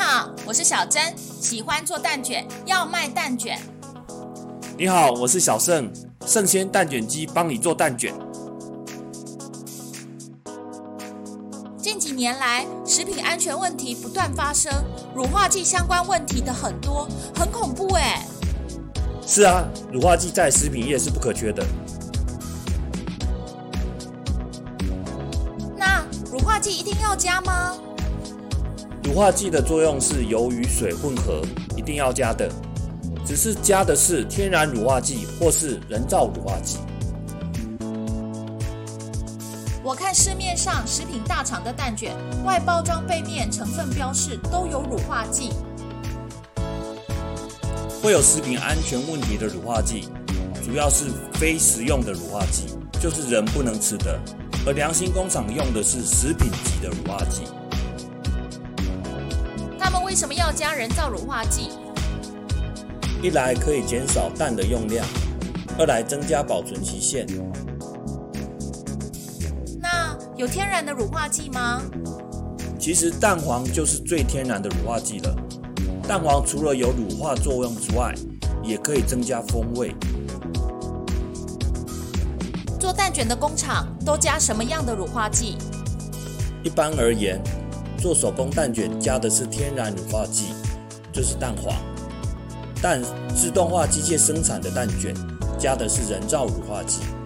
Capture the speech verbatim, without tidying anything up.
好，我是小珍，喜欢做蛋卷，要卖蛋卷。 你好，我是小盛，盛鲜蛋卷机帮你做蛋卷。 近几年来，食品安全问题不断发生，乳化剂相关问题的很多，很恐怖哎。 是啊，乳化剂在食品业是不可缺的。 那乳化剂一定要加吗？ 乳化剂的作用是油与水混合，一定要加的。只是加的是天然乳化剂或是人造乳化剂。 我看市面上食品大厂的蛋卷，外包装背面成分标示都有乳化剂。 会有食品安全问题的乳化剂，主要是非食用的乳化剂，就是人不能吃的，而良心工厂用的是食品级的乳化剂。 他们为什么要加人造乳化剂？ 一来可以减少蛋的用量，二来增加保存期限。 那有天然的乳化剂吗？ 其实蛋黄就是最天然的乳化剂了。蛋黄除了有乳化作用之外，也可以增加风味。 做蛋卷的工厂都加什么样的乳化剂？ 一般而言，做手工蛋卷加的是天然乳化剂，就是蛋黄。但自动化机械生产的蛋卷加的是人造乳化剂。